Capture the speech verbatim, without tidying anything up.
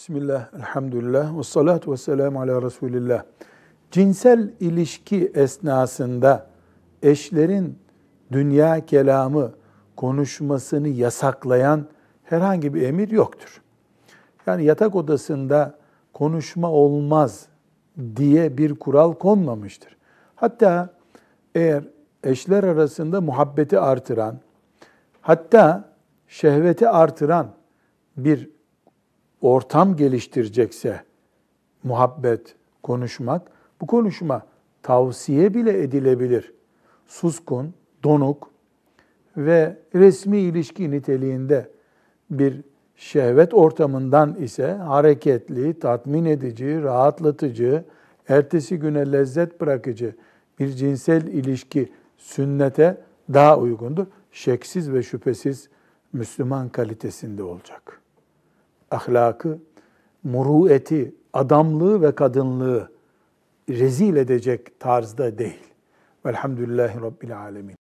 Bismillah, elhamdülillah, ve salatu ve selamu ala Resulillah. Cinsel ilişki esnasında eşlerin dünya kelamı konuşmasını yasaklayan herhangi bir emir yoktur. Yani yatak odasında konuşma olmaz diye bir kural konmamıştır. Hatta eğer eşler arasında muhabbeti artıran, hatta şehveti artıran bir ortam geliştirecekse muhabbet, konuşmak, bu konuşma tavsiye bile edilebilir. Suskun, donuk ve resmi ilişki niteliğinde bir şehvet ortamından ise hareketli, tatmin edici, rahatlatıcı, ertesi güne lezzet bırakıcı bir cinsel ilişki sünnete daha uygundur. Şeksiz ve şüphesiz Müslüman kalitesinde olacak. Ahlakı, murueti, adamlığı ve kadınlığı rezil edecek tarzda değil. Velhamdülillahi Rabbil alemin.